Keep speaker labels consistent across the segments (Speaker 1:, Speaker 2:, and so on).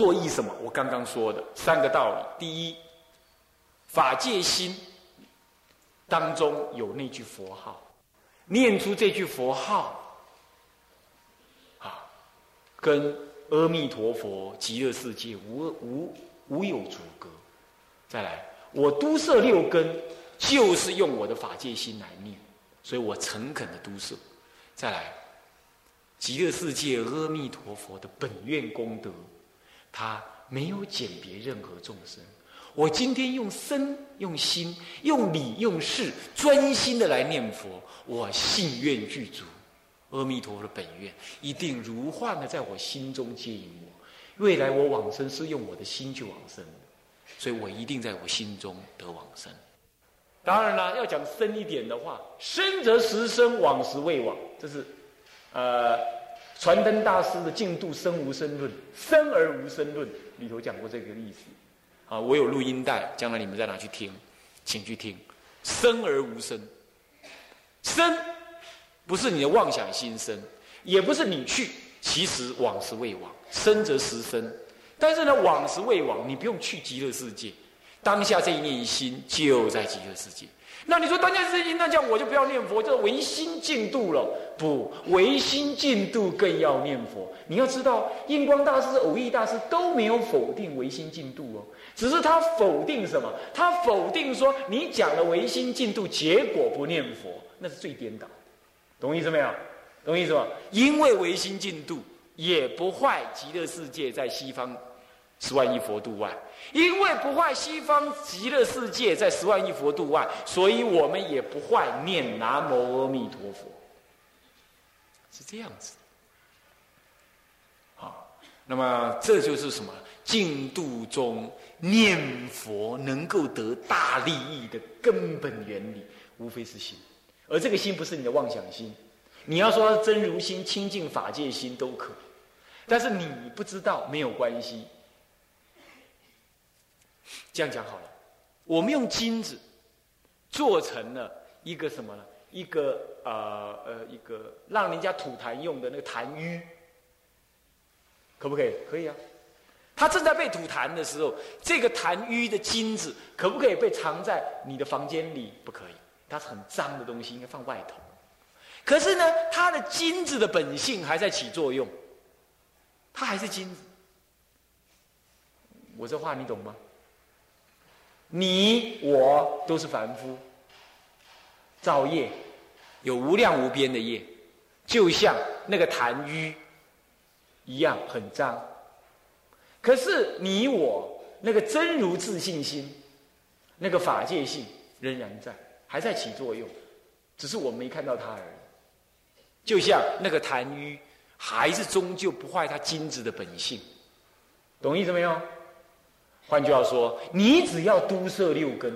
Speaker 1: 作意什么？我刚刚说的三个道理。第一，法界心当中有那句佛号，念出这句佛号，跟阿弥陀佛极乐世界无有阻隔。再来，我都摄六根，就是用我的法界心来念，所以我诚恳的都摄。再来，极乐世界阿弥陀佛的本愿功德，他没有鉴别任何众生。我今天用身、用心、用理、用事，专心的来念佛，我信愿具足。阿弥陀佛的本愿一定如幻的在我心中接引我。未来我往生是用我的心去往生的，所以我一定在我心中得往生。当然啦，要讲深一点的话，生则实生，往时未往，这是传灯大师的《净度生无生论》，生而无生论里头讲过这个意思。我有录音带，将来你们再拿去听，请去听。生而无生，生不是你的妄想心生，也不是你去，其实往时未往，生则实生。但是呢，往时未往，你不用去极乐世界，当下这一念心就在极乐世界。那你说当下这一念，那这样我就不要念佛，这唯心净度了？不，唯心净度更要念佛。你要知道，印光大师、偶益大师都没有否定唯心净度哦，只是他否定什么？他否定说你讲了唯心净度，结果不念佛，那是最颠倒的。懂意思没有？懂意思吗？因为唯心净度也不坏极乐世界在西方10万亿佛度外，因为不坏西方极乐世界在10万亿佛度外，所以我们也不坏念南无阿弥陀佛，是这样子。那么这就是什么？净度中念佛能够得大利益的根本原理，无非是心。而这个心不是你的妄想心，你要说真如心、清净法界心都可以，但是你不知道没有关系。这样讲好了，我们用金子做成了一个什么呢？一个让人家吐痰用的那个痰盂，可不可以？可以啊。它正在被吐痰的时候，这个痰盂的金子可不可以被藏在你的房间里？不可以，它是很脏的东西，应该放外头。可是呢，它的金子的本性还在起作用，它还是金子。我这话你懂吗？你我都是凡夫，造业有无量无边的业，就像那个痰盂一样很脏。可是你我那个真如自信心，那个法界性仍然在，还在起作用，只是我们没看到它而已。就像那个痰盂还是终究不坏它金子的本性，懂意思没有？换句话说，你只要都摄六根，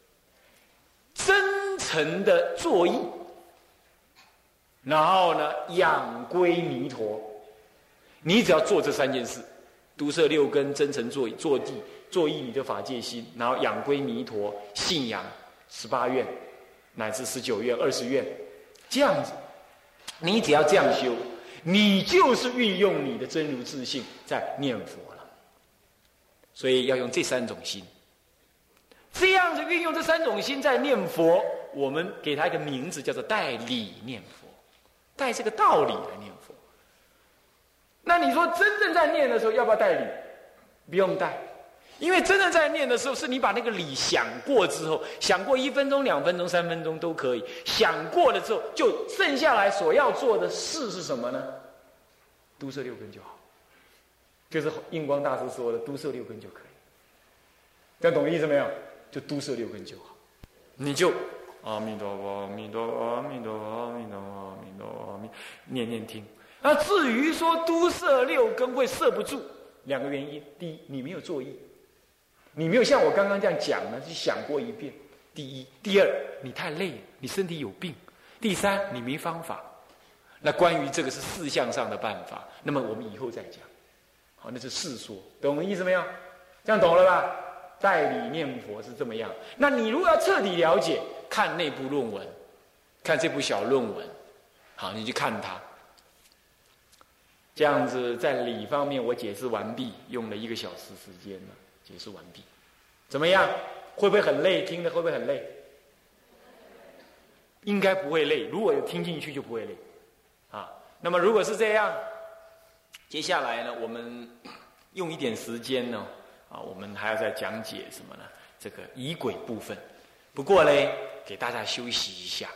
Speaker 1: 真诚的作意，然后呢仰归弥陀，你只要做这3件事：都摄六根，真诚作意你的法界心，然后仰归弥陀，信仰18愿乃至19愿、20愿，这样子，你只要这样修，你就是运用你的真如自性在念佛了。所以要用这3种心，这样子运用这3种心在念佛，我们给它一个名字，叫做带理念佛，带这个道理来念佛。那你说真正在念的时候要不要带理？不用带，因为真正在念的时候，是你把那个理想过之后，想过1分钟、2分钟、3分钟都可以，想过了之后，就剩下来所要做的事是什么呢？都摄六根就好。就是印光大师说的，都摄六根就可以。这样懂意思没有？就都摄六根就好，你就阿弥陀佛，阿弥陀佛，阿弥陀佛，阿弥陀佛，阿弥陀佛，阿弥念念听。那至于说都摄六根会摄不住，2个原因：第一，你没有作意，你没有像我刚刚这样讲呢，去想过一遍。第一，第二，你太累了，你身体有病。第三，你没方法。那关于这个是事项上的办法，那么我们以后再讲。好，那是世说，懂我意思没有？这样懂了吧？代理念佛是这么样。那你如果要彻底了解，看那部论文，看这部小论文，好，你去看它。 这样子在理方面我解释完毕，用了1个小时时间了，解释完毕。怎么样？会不会很累？听的会不会很累？应该不会累。如果有听进去就不会累。啊，那么如果是这样，接下来呢，我们用一点时间呢，我们还要再讲解什么呢？这个仪轨部分。不过呢，给大家休息一下。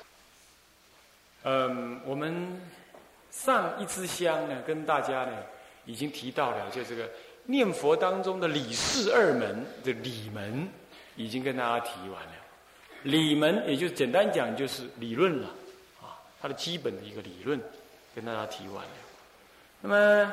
Speaker 1: 我们上一支香呢，跟大家呢已经提到了，就这个念佛当中的理事2门的理门，已经跟大家提完了。理门也就是简单讲就是理论了，它的基本的一个理论跟大家提完了。那么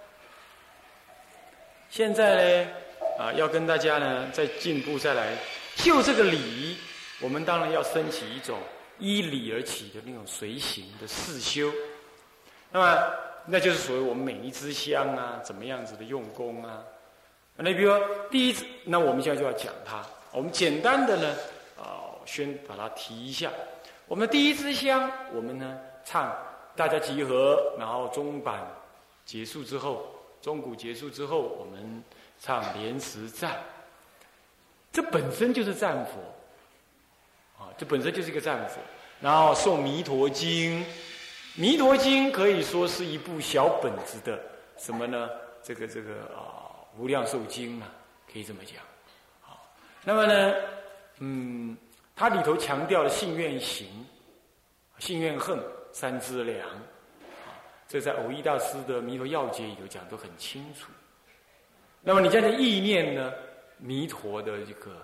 Speaker 1: 现在呢，要跟大家呢再进一步再来就这个理，我们当然要升起一种依理而起的那种随行的事修。那么那就是所谓我们每一支香啊，怎么样子的用功啊。那比如说第一支，那我们现在就要讲它。我们简单的呢，先把它提一下。我们第一支香，我们呢唱，大家集合，然后中板结束之后，钟鼓结束之后，我们唱莲池赞。这本身就是赞佛，这本身就是一个赞佛。然后诵弥陀经。弥陀经可以说是一部小本子的什么呢？这个无量寿经嘛，可以这么讲。好，那么呢，它里头强调了信愿行、信愿行3资粮，这在藕益大师的《弥陀要解》里头讲都很清楚。那么你这样的意念呢，弥陀的这个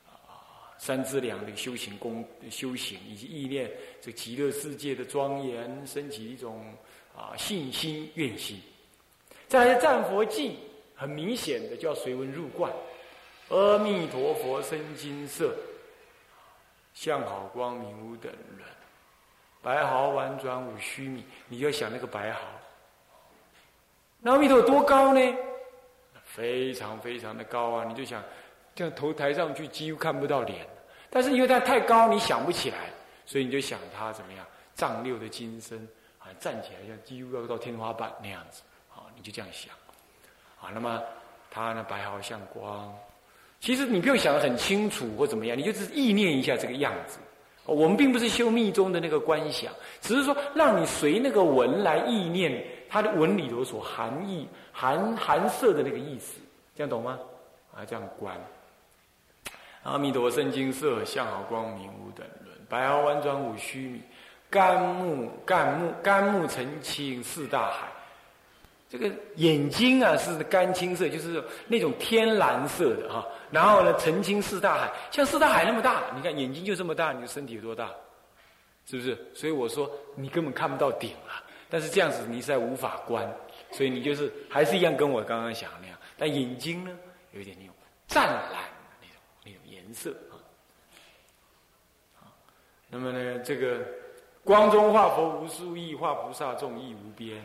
Speaker 1: 3资粮的修行以及意念这极乐世界的庄严，升起一种信心愿心。再来赞佛偈，很明显的就要随文入观。阿弥陀佛身金色，相好光明无等伦，白毫婉转无须弥。你就要想那个白毫，那阿弥陀有多高呢？非常非常的高啊！你就想这样头抬上去几乎看不到脸，但是因为它太高你想不起来，所以你就想它怎么样丈六的金身站起来像几乎要到天花板那样子，你就这样想那么它呢白毫像光，其实你不用想得很清楚或怎么样，你就只是意念一下这个样子。我们并不是修密宗的那个观想，只是说让你随那个文来意念它的文里头所含义含摄的那个意思，这样懂吗？这样观。阿弥陀身金色，相好光明无等伦，白毫婉转无须弥，甘目澄清似大海。这个眼睛是甘青色，就是那种天蓝色的然后呢澄清似大海，像似大海那么大。你看眼睛就这么大，你的身体有多大？是不是？所以我说你根本看不到顶了。但是这样子你实在无法观，所以你就是还是一样跟我刚刚想的那样。但眼睛呢，有一点那种湛蓝那种颜色那么呢，这个光中化佛无数亿，化菩萨众亦无边。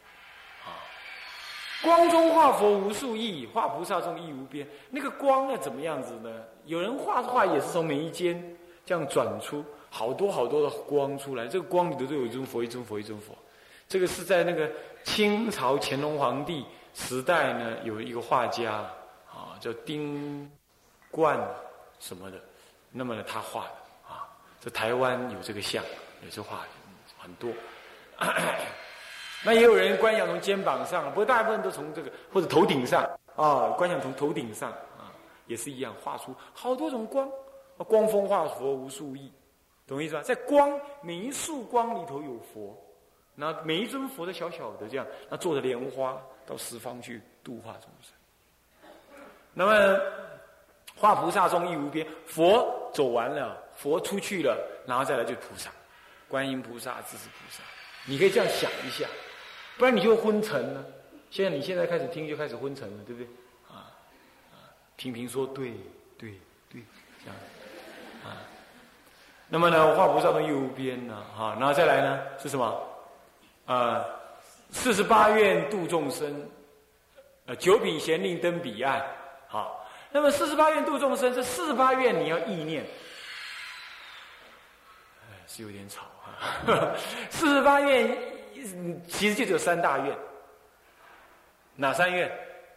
Speaker 1: 光中化佛无数亿，化菩萨众亦无边。那个光呢，怎么样子呢？有人画也是从眉间这样转出好多好多的光出来。这个光里头都有一尊佛，一尊佛，一尊佛。这个是在那个清朝乾隆皇帝时代呢，有一个画家叫丁冠什么的，那么呢他画的这台湾有这个像，有这画的很多。那也有人观想从肩膀上，不过大部分都从这个或者头顶上观想从头顶上也是一样，画出好多种光，光风化佛无数亿，懂意思吧？在光每一束光里头有佛，那每一尊佛都小小的这样，那坐着莲花到十方去度化众生。那么化菩萨众亦无边，佛走完了，佛出去了，然后再来就是菩萨，观音菩萨、智智菩萨，你可以这样想一下。不然你就会昏沉了。你现在开始听就开始昏沉了，对不对？频频说对，这样那么呢，化菩萨众亦无边然后再来呢是什么？48愿度众生，9品贤令登彼岸。那么48愿度众生，这48愿你要意念，是有点吵48愿其实就只有3大愿哪3愿？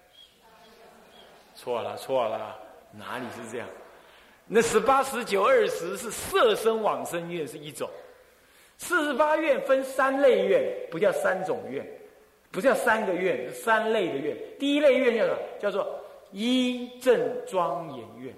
Speaker 1: 错了，哪里是这样？那18、19、20是色身往生愿是一种，48愿分3类愿，不叫3种愿，不叫3个愿，是3类的愿。第一类愿叫做依正庄严愿，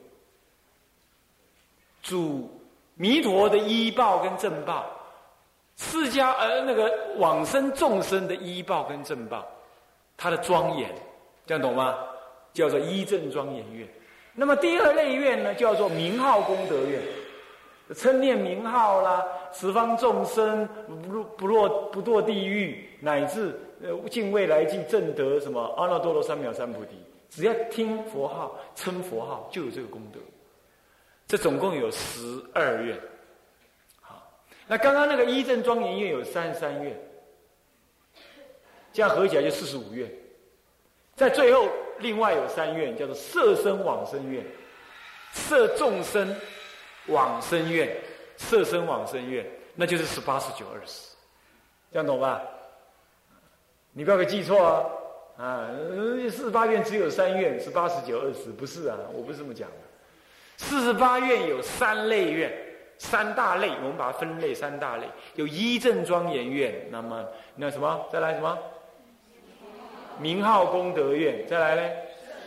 Speaker 1: 主弥陀的依报跟正报，释迦那个往生众生的依报跟正报，它的庄严，这样懂吗？叫做依正庄严愿。那么第2类愿呢，叫做名号功德愿，称念名号啦，十方众生不堕地狱，乃至尽未来际证得什么阿耨多罗三藐三菩提，只要听佛号称佛号就有这个功德。这总共有12愿。好，那刚刚那个依正庄严愿有33愿，这样合起来就45愿。在最后另外有3愿，叫做摄身往生愿、摄众生往生愿、摄身往生愿，那就是18、19、20，这样懂吧？你不要给记错啊！48愿只有3愿，18、19、20不是啊，我不是这么讲的。48愿有3类愿，3大类，我们把它分类3大类，有依正庄严愿，那么那什么，再来什么？名号功德愿，再来呢？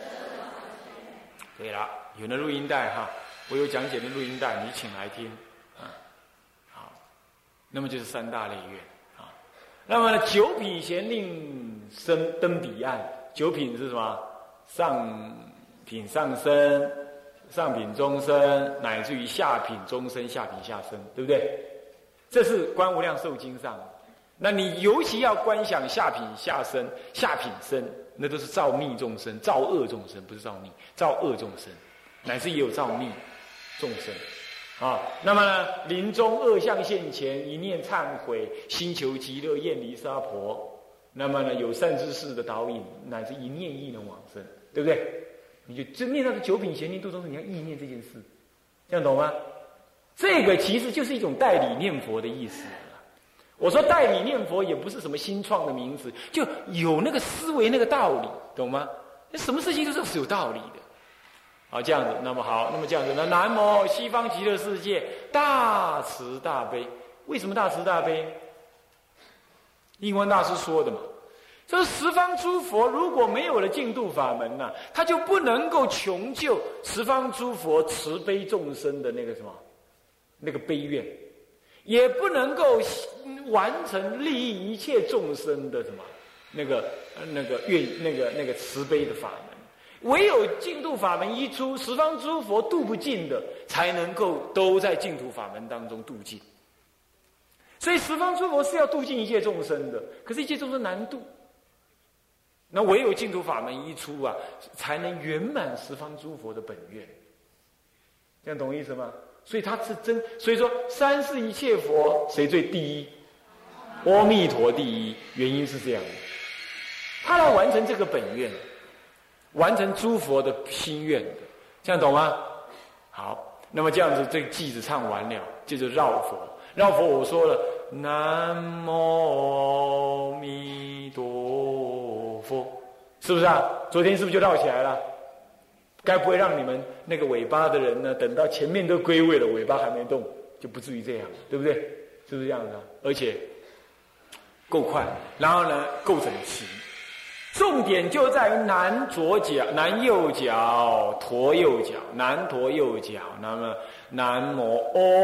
Speaker 1: 对了，有那录音带哈，我有讲解的录音带，你请来听啊。好，那么就是3大类愿啊。那么呢，9品咸令生登彼岸，9品是什么？上品上生、上品中生，乃至于下品中生、下品下生，对不对？这是《观无量寿经》上的。那你尤其要观想下品下生、下品生，那都是造密众生、造恶众生，不是造密，造恶众生，乃至也有造密众生啊。那么呢，临终恶相现前，一念忏悔，心求极乐，厌离娑婆。那么呢，有善知识的导引，乃至一念亦能往生，对不对？你就真念到9品咸令度众生，你要意念这件事，这样懂吗？这个其实就是一种代理念佛的意思。我说代理念佛也不是什么新创的名词，就有那个思维那个道理，懂吗？什么事情都是有道理的。好，这样子，那么好，那么这样子，那南无西方极乐世界大慈大悲，为什么大慈大悲？印光大师说的嘛，就是十方诸佛如果没有了净土法门呐，他就不能够穷究十方诸佛慈悲众生的那个什么，那个悲愿。也不能够完成利益一切众生的什么那个慈悲的法门，唯有净土法门一出，十方诸佛度不尽的，才能够都在净土法门当中度尽。所以十方诸佛是要度尽一切众生的，可是一切众生难度，那唯有净土法门一出啊，才能圆满十方诸佛的本愿。这样懂意思吗？所以他是真，所以说三世一切佛谁最第一？阿弥陀第一，原因是这样的，他来完成这个本愿，完成诸佛的心愿的，这样懂吗？好，那么这样子这个偈子唱完了，接着绕佛，绕佛我说了，南无阿弥陀佛，是不是啊？昨天是不是就绕起来了？该不会让你们那个尾巴的人呢，等到前面都归位了，尾巴还没动，就不至于这样，对不对？是不是这样的？而且够快，然后呢够整齐。重点就在于南左脚、南右脚、陀右脚、南陀右脚。那么南无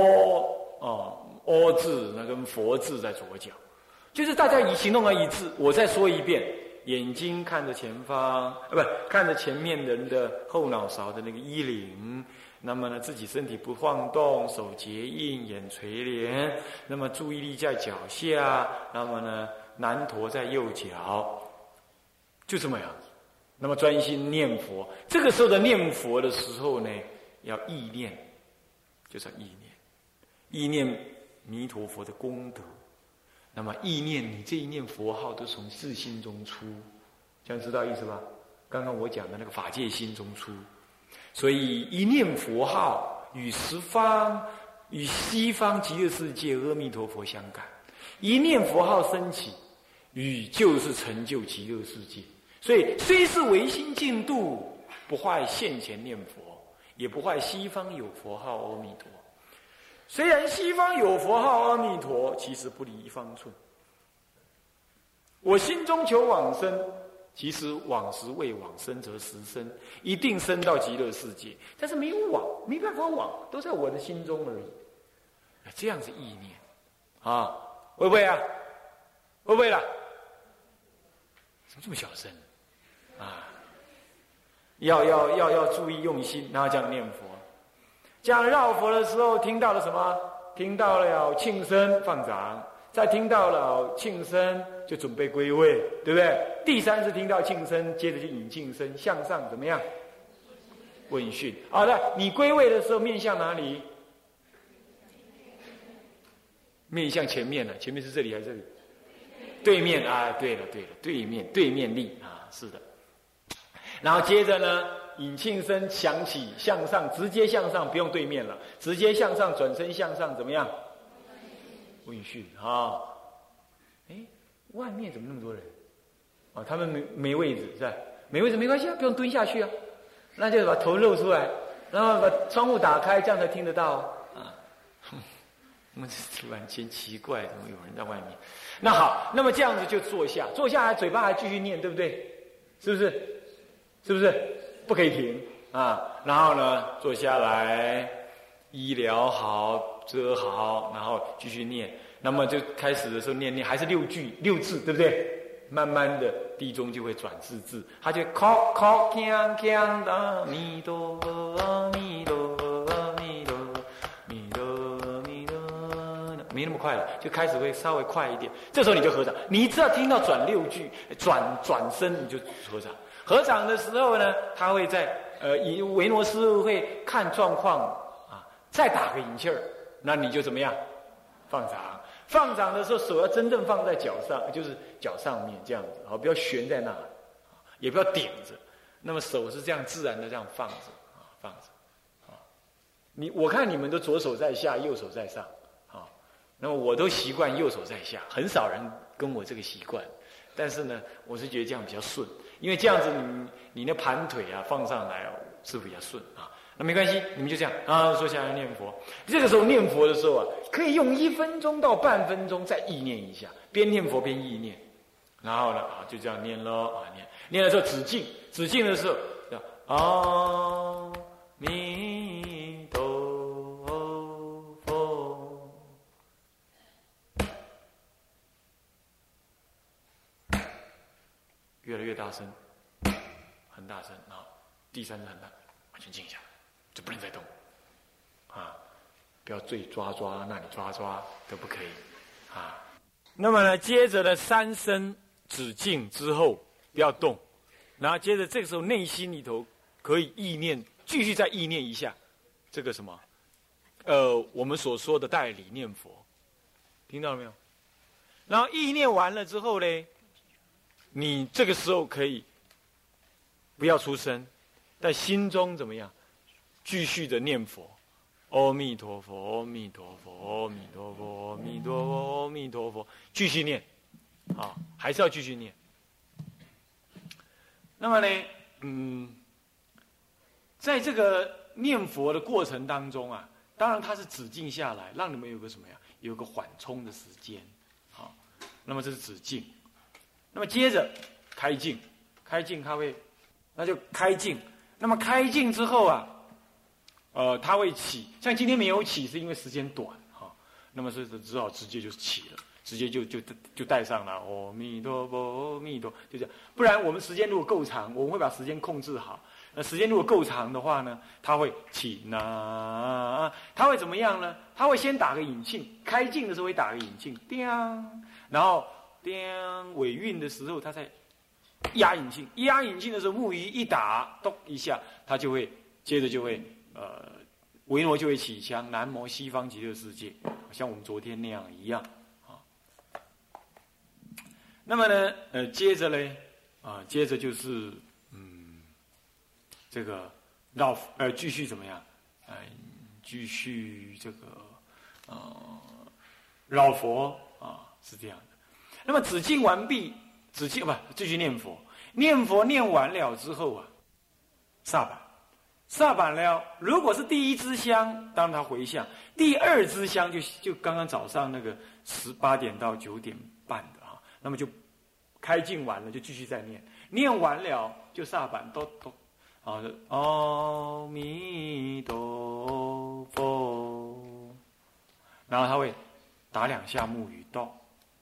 Speaker 1: 阿字，那跟佛字在左脚，就是大家以行动而一致。我再说一遍。眼睛看着前方，不看着前面人的后脑勺的那个衣领，那么呢，自己身体不晃动，手结印，眼垂帘，那么注意力在脚下，那么呢，南陀在右脚，就这么样子。那么专心念佛，这个时候的念佛的时候呢，要意念，就是要意念，意念弥陀佛的功德。那么意念，你这一念佛号都从自心中出，这样知道意思吧？刚刚我讲的那个法界心中出，所以一念佛号与十方、与西方极乐世界阿弥陀佛相感，一念佛号升起，与就是成就极乐世界。 所以虽是唯心净度，不坏现前念佛，也不坏西方有佛号阿弥陀。虽然西方有佛号阿弥陀，其实不离一方寸。我心中求往生，其实往时未往，生则时生，一定生到极乐世界。但是没有往，没办法往，都在我的心中而已。这样子意念啊，会不会啊？会不会啦？怎么这么小声啊？要注意用心，然后这样念佛。这样绕佛的时候，听到了什么？听到了庆声放掌，再听到了庆声就准备归位，对不对？第三次听到庆声，接着就引庆声向上怎么样？问讯。好了，你归位的时候面向哪里？面向前面了，前面是这里还是这里？对面啊，对了，对面立啊，是的。然后接着呢，引磬声响起，向上，直接向上，不用对面了，直接向上，转身向上，怎么样？问讯啊！哎，外面怎么那么多人？啊，他们没位置是吧？没位置没关系啊，不用蹲下去啊，那就把头露出来，然后把窗户打开，这样才听得到啊。我们突然间奇怪，怎么有人在外面？那好，那么这样子就坐下，坐下来嘴巴还继续念，对不对？是不是？是不是？不可以停啊！然后呢，坐下来，医疗好，遮好，然后继续念。那么就开始的时候念还是六字，对不对？慢慢的地中就会转四字，他就靠靠锵锵的阿弥陀佛，阿弥陀佛，阿弥陀佛，弥陀弥陀，没那么快了，就开始会稍微快一点。这时候你就合掌，你只要听到转六句，转身你就合掌。合掌的时候呢，他会在以维摩师会看状况啊，再打个引气儿，那你就怎么样？放掌。放掌的时候，手要真正放在脚上，就是脚上面这样子，好，不要悬在那，也不要顶着。那么手是这样自然的这样放着，放着。我看你们都左手在下，右手在上，啊，那么我都习惯右手在下，很少人跟我这个习惯。但是呢，我是觉得这样比较顺，因为这样子你那盘腿啊放上来是比较顺啊。那没关系，你们就这样啊，坐下来念佛。这个时候念佛的时候啊，可以用1分钟到半分钟再意念一下，边念佛边意念。然后呢，就这样念咯啊，念的时候止境的时候叫阿弥陀佛。越来越大声，很大声啊！第三次很大，完全静下来，就不能再动啊！不要最抓那里抓都不可以啊！那么呢，接着呢，3声止境之后不要动，然后接着这个时候内心里头可以意念，继续再意念一下这个什么我们所说的代理念佛，听到了没有？然后意念完了之后呢，你这个时候可以不要出声，但心中怎么样？继续的念佛，阿弥陀佛，阿弥陀佛，阿弥陀佛，阿弥陀佛，阿弥陀佛，继续念，啊，还是要继续念。那么呢，在这个念佛的过程当中啊，当然它是止境下来，让你们有个什么呀？有个缓冲的时间，好，那么这是止境。那么接着开境它会，那就开境。那么开境之后啊，它会起，像今天没有起，是因为时间短哈。那么是只好直接就起了，直接就带上了阿弥陀佛，阿弥陀，就这样。不然我们时间如果够长，我们会把时间控制好。那时间如果够长的话呢，它会起那，它会怎么样呢？它会先打个引磬，开境的时候会打个引磬，叮，然后。尾韵的时候，他在压引磬，压引磬的时候，木鱼一打，咚一下，他就会接着就会维摩就会起香，南无西方极乐世界，像我们昨天那样一样啊。那么呢，接着呢，接着就是这个继续怎么样？继续这个绕佛啊，是这样的。那么止境完毕，继续念佛。
Speaker 2: 念佛念完了之后啊，萨满，萨满了，如果是第一支香，当然它回向；第二支香就刚刚早上那个18点到9点半的啊，那么就开镜完了，就继续再念，念完了就萨满都啊，阿弥陀佛，然后他会打2下木鱼，哆，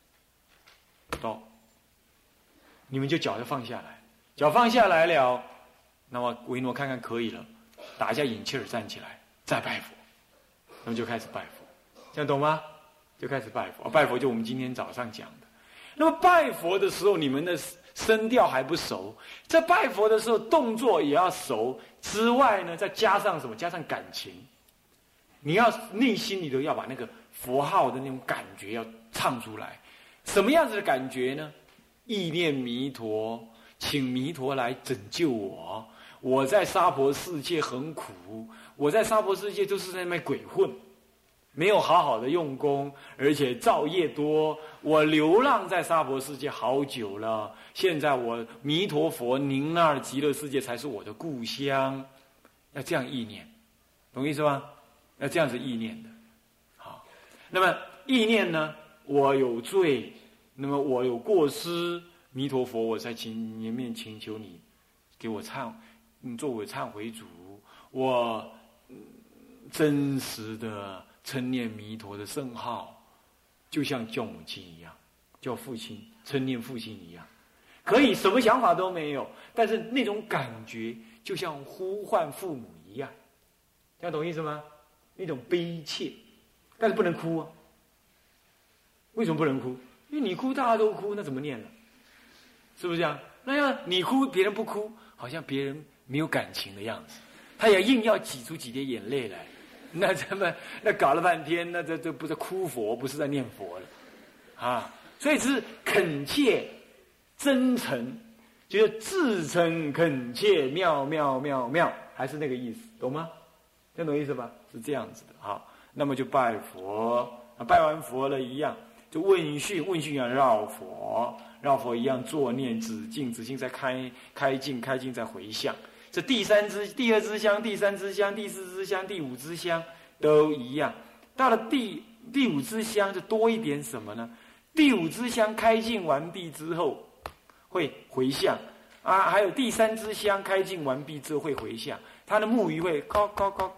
Speaker 2: 你们就脚就放下来，脚放下来了，那么维诺看看可以了，打一下引气儿，站起来，再拜佛，那么就开始拜佛，这样懂吗？就开始拜佛，拜佛就我们今天早上讲的。那么拜佛的时候，你们的声调还不熟，在拜佛的时候动作也要熟，之外呢，再加上什么？加上感情。你要内心里头要把那个佛号的那种感觉要唱出来。什么样子的感觉呢？意念弥陀，请弥陀来拯救我。我在娑婆世界很苦，我在娑婆世界都是在那边鬼混，没有好好的用功，而且造业多。我流浪在娑婆世界好久了，现在我弥陀佛您那儿极乐世界才是我的故乡。要这样意念，懂意思吗？要这样子意念的。好，那么意念呢？我有罪，那么我有过失，弥陀佛，我在前面请求你给我作为忏悔主，我真实的称念弥陀的圣号，就像叫母亲一样，叫父亲称念父亲一样，可以什么想法都没有，但是那种感觉就像呼唤父母一样，这样懂意思吗？那种悲切，但是不能哭啊。为什么不能哭？因为你哭大家都哭，那怎么念呢？是不是这样？那要你哭别人不哭，好像别人没有感情的样子，他也硬要挤出几滴眼泪来，那咱们那搞了半天，那这不是哭佛，不是在念佛了啊！所以是恳切、真诚，就是至诚恳切，妙妙妙妙，还是那个意思，懂吗？听懂意思吧？是这样子的。好，那么就拜佛，拜完佛了一样，就问讯，问讯要绕佛，绕佛一样作念止境，止境再开境，开境再回向。这第2支香、第3支香、第4支香、第5支香都一样。到了第5支香就多一点什么呢？第5支香开境完毕之后会回向啊，还有第3支香开境完毕之后会回向。他的木鱼会敲，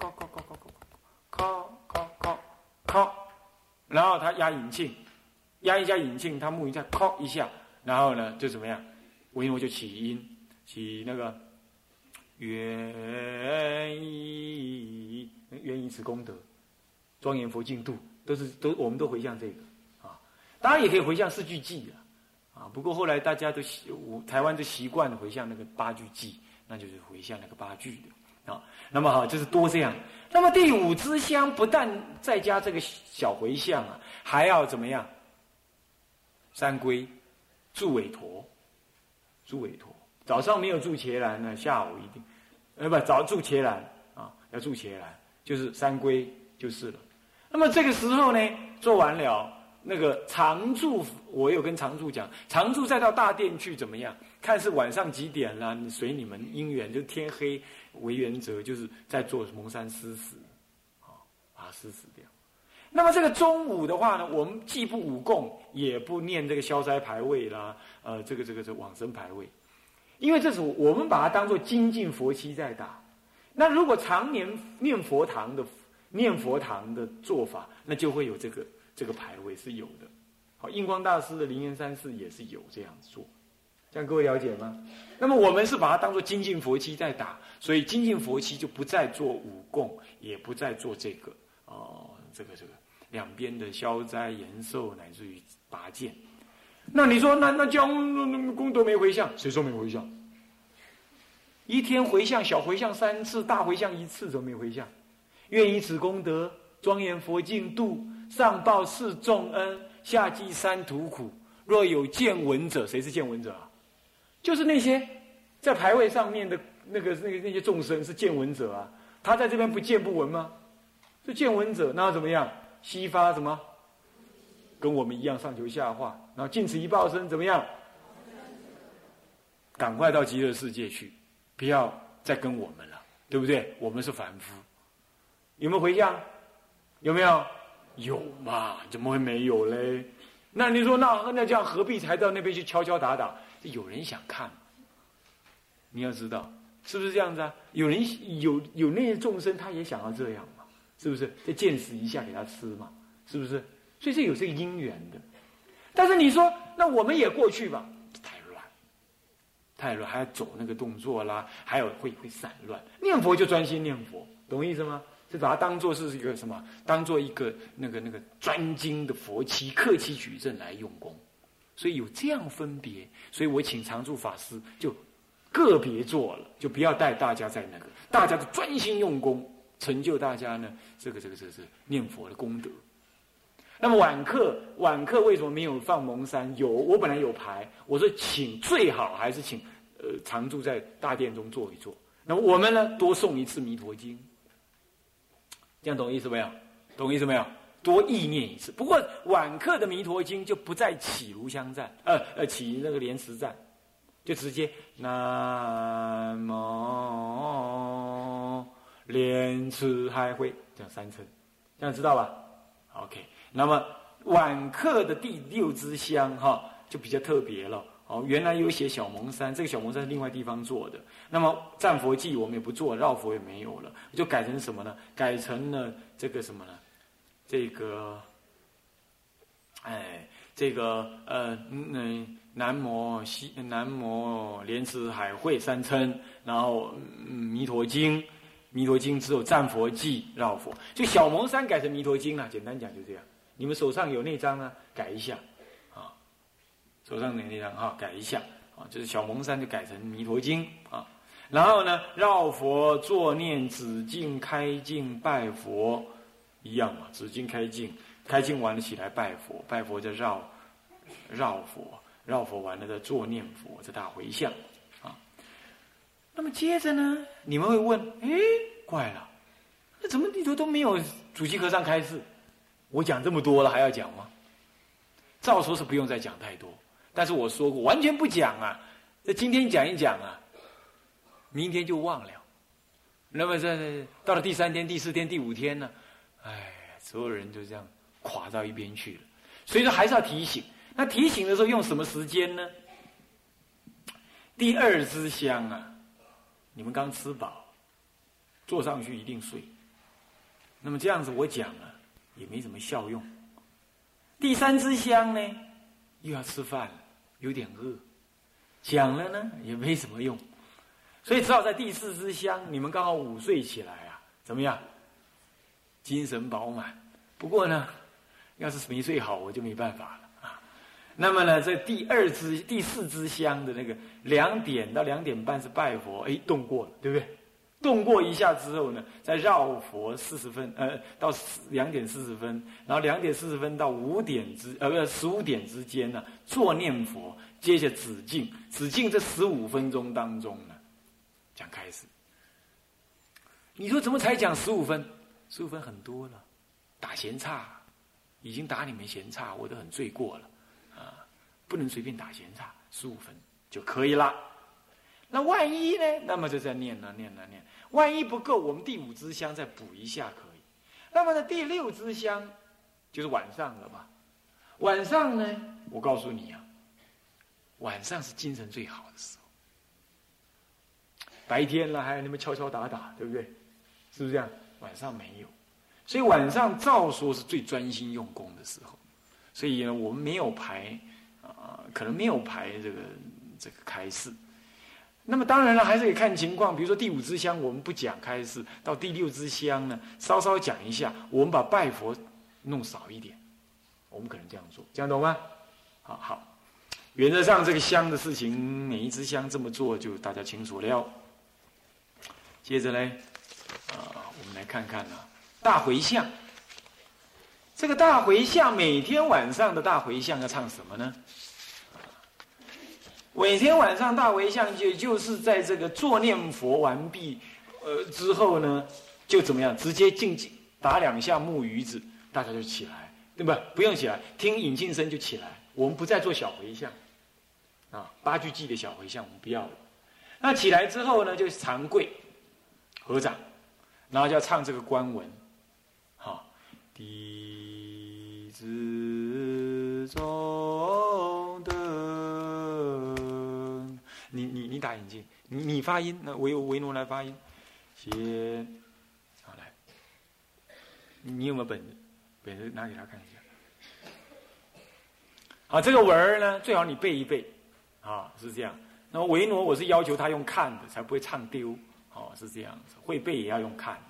Speaker 2: 然后他压引磬，压一下引磬，他木鱼再敲一下，然后呢就怎么样？维诺就起音，起那个愿以此功德，庄严佛净土，我们都回向这个啊。当然也可以回向4句偈啊，不过后来大家都台湾就习惯回向那个8句偈，那就是回向那个8句的。那么好，就是多这样。那么第5支香不但再加这个小回向啊，还要怎么样？三归，住尾陀，早上没有住伽蓝呢，下午一定，早住伽蓝啊，要住伽蓝，就是三归就是了。那么这个时候呢，做完了那个常住，我有跟常住讲，常住再到大殿去怎么样？看是晚上几点啦，随你们因缘，就天黑为原则，就是在做蒙山施食，把它施食掉。那么这个中午的话呢，我们既不五供，也不念这个消灾牌位啦，这个往生牌位，因为这是我们把它当作精进佛期在打。那如果常年念佛堂的做法，那就会有这个牌位是有的。好，印光大师的灵岩山寺也是有这样做。这样各位了解吗？那么我们是把它当作精进佛期在打，所以精进佛期就不再做五供，也不再做这个这个两边的消灾延寿，乃至于拔剑。那你说那功德没回向？谁说没回向？一天回向，小回向3次，大回向1次，怎么没回向？愿以此功德庄严佛净土，上报四重恩，下济三途苦。若有见闻者，谁是见闻者啊？就是那些在牌位上面的那些众生是见闻者啊。他在这边不见不闻吗？是见闻者，那要怎么样？悉发什么？跟我们一样上求下化，然后尽此一报身怎么样？ 赶快到极乐世界去，不要再跟我们了，对不对？我们是凡夫，有没有回向？有没有？有嘛？怎么会没有嘞？那你说那这样何必才到那边去敲敲打打？有人想看，你要知道是不是这样子啊？有人有那些众生，他也想要这样嘛？是不是？再见识一下给他吃嘛？是不是？所以是有这个因缘的。但是你说，那我们也过去吧？太乱，还要走那个动作啦，还有会散乱。念佛就专心念佛，懂我意思吗？是把它当做是一个什么？当做一个那个专精的佛七客气举证来用功。所以有这样分别，所以我请常住法师就个别做了，就不要带大家在那个，大家都专心用功，成就大家呢这个念佛的功德。那么晚课为什么没有放蒙山？我本来有排，我说请最好还是请常住在大殿中坐一坐。那么我们呢多诵一次弥陀经，这样懂意思没有？懂意思没有？多意念一次。不过晚课的弥陀经就不再起炉香赞，起那个莲池赞，就直接南无莲池海会这样3称，这样知道吧 ？OK。那么晚课的第6支香就比较特别了。原来有写小蒙山，这个小蒙山是另外地方做的。那么赞佛记我们也不做，绕佛也没有了，就改成什么呢？改成了这个什么呢？南无莲池海会3称，然后弥陀经只有赞佛记绕佛，就小蒙山改成弥陀经了。简单讲就这样。你们手上有那张呢，改一下啊，手上有那张改一下啊，就是小蒙山就改成弥陀经啊。然后呢，绕佛作念止境开境拜佛一样嘛，止境开境完了起来拜佛，拜佛就绕佛完了再作念佛，这大回向啊。那么接着呢，你们会问，怪了，那怎么里头都没有主席和尚开示？我讲这么多了，还要讲吗？照说是不用再讲太多，但是我说过完全不讲啊。这今天讲一讲啊，明天就忘了。那么这到了第3天、第4天、第5天呢，所有人就这样垮到一边去了。所以说还是要提醒。那提醒的时候用什么时间呢？第2支香啊，你们刚吃饱，坐上去一定睡。那么这样子我讲了也没什么效用。第3支香呢，又要吃饭了，有点饿，讲了呢也没什么用，所以只好在第4支香，你们刚好午睡起来啊，怎么样？精神饱满。不过呢，要是没睡好，我就没办法了啊。那么呢，这第4支香的那个2点到2点半是拜佛，动过了，对不对？动过一下之后呢，再绕佛40分，到2点40分，然后2点40分到15点之间呢，做念佛，接着止境这15分钟当中呢，讲开始。你说怎么才讲15分？15分很多了，打闲岔，已经打你们闲岔，我都很罪过了啊，不能随便打闲岔，15分就可以了。那万一呢？那么就再念了。万一不够，我们第5支香再补一下可以。那么呢，第6支香就是晚上了嘛。晚上呢，我告诉你啊，晚上是精神最好的时候。白天了还有你们敲敲打打，对不对？是不是这样？晚上没有，所以晚上照说是最专心用功的时候。所以呢，我们没有排可能没有排这个开示。那么当然了，还是得看情况。比如说第5支香我们不讲开示，到第6支香呢，稍稍讲一下，我们把拜佛弄少一点，我们可能这样做，这样懂吗？好，原则上这个香的事情，每一支香这么做就大家清楚了。接着呢，我们来看看大回向。这个大回向，每天晚上的大回向要唱什么呢？每天晚上大回向，也就是在这个做念佛完毕之后呢，就怎么样？直接打2下木鱼子，大家就起来，对吧？不用起来，听引磬声就起来。我们不再做小回向， 啊，8句偈的小回向我们不要了。那起来之后呢，就长跪合掌，然后就要唱这个观文，好，弟子中等，你打眼镜，你发音，那维奴来发音，先，好来，你有没有本子？本子拿给他看一下。啊，这个文儿呢，最好你背一背，啊，是这样。那么维诺，我是要求他用看的，才不会唱丢，哦，是这样子。会背也要用看。